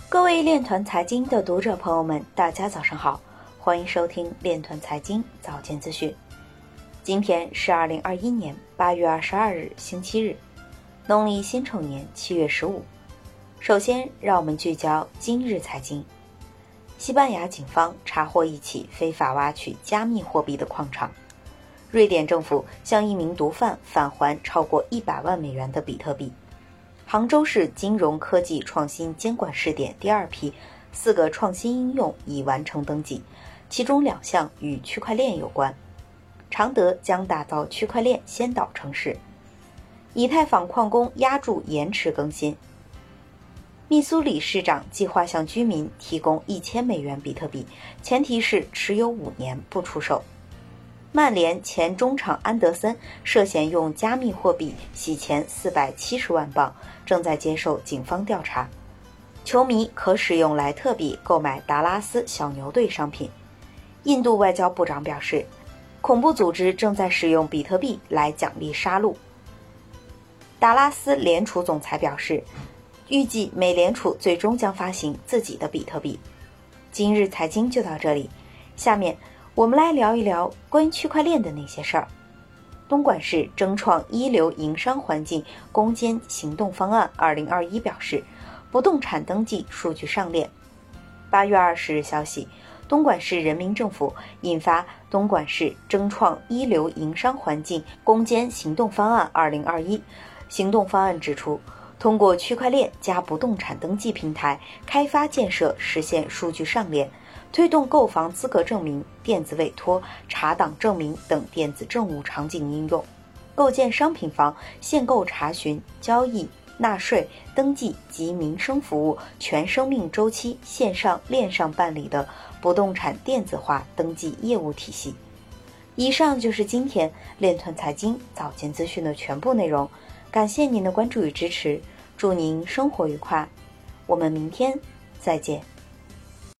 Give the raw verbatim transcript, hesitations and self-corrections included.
各位链团财经的读者朋友们，大家早上好，欢迎收听链团财经早间资讯。今天是二零二一年八月二十二日，星期日，农历辛丑年七月十五。首先，让我们聚焦今日财经。西班牙警方查获一起非法挖取加密货币的矿场。瑞典政府向一名毒贩返还超过一百万美元的比特币。杭州市金融科技创新监管试点第二批四个创新应用已完成登记，其中两项与区块链有关。常德将打造区块链先导城市。以太坊矿工压住延迟更新。密苏里市长计划向居民提供一千美元比特币，前提是持有五年不出售。曼联前中场安德森涉嫌用加密货币洗钱四百七十万镑，正在接受警方调查。球迷可使用莱特币购买达拉斯小牛队商品。印度外交部长表示，恐怖组织正在使用比特币来奖励杀戮。达拉斯联储总裁表示，预计美联储最终将发行自己的比特币。今日财经就到这里，下面我们来聊一聊关于区块链的那些事儿。东莞市争创一流营商环境攻坚行动方案二零二一表示，不动产登记数据上链。八月二十日消息，东莞市人民政府印发东莞市争创一流营商环境攻坚行动方案二零二一。行动方案指出，通过区块链加不动产登记平台开发建设，实现数据上链，推动购房资格证明、电子委托、查档证明等电子政务场景应用，构建商品房限购查询、交易、纳税、登记及民生服务全生命周期线上链上办理的不动产电子化登记业务体系。以上就是今天链团财经早间资讯的全部内容，感谢您的关注与支持，祝您生活愉快，我们明天再见。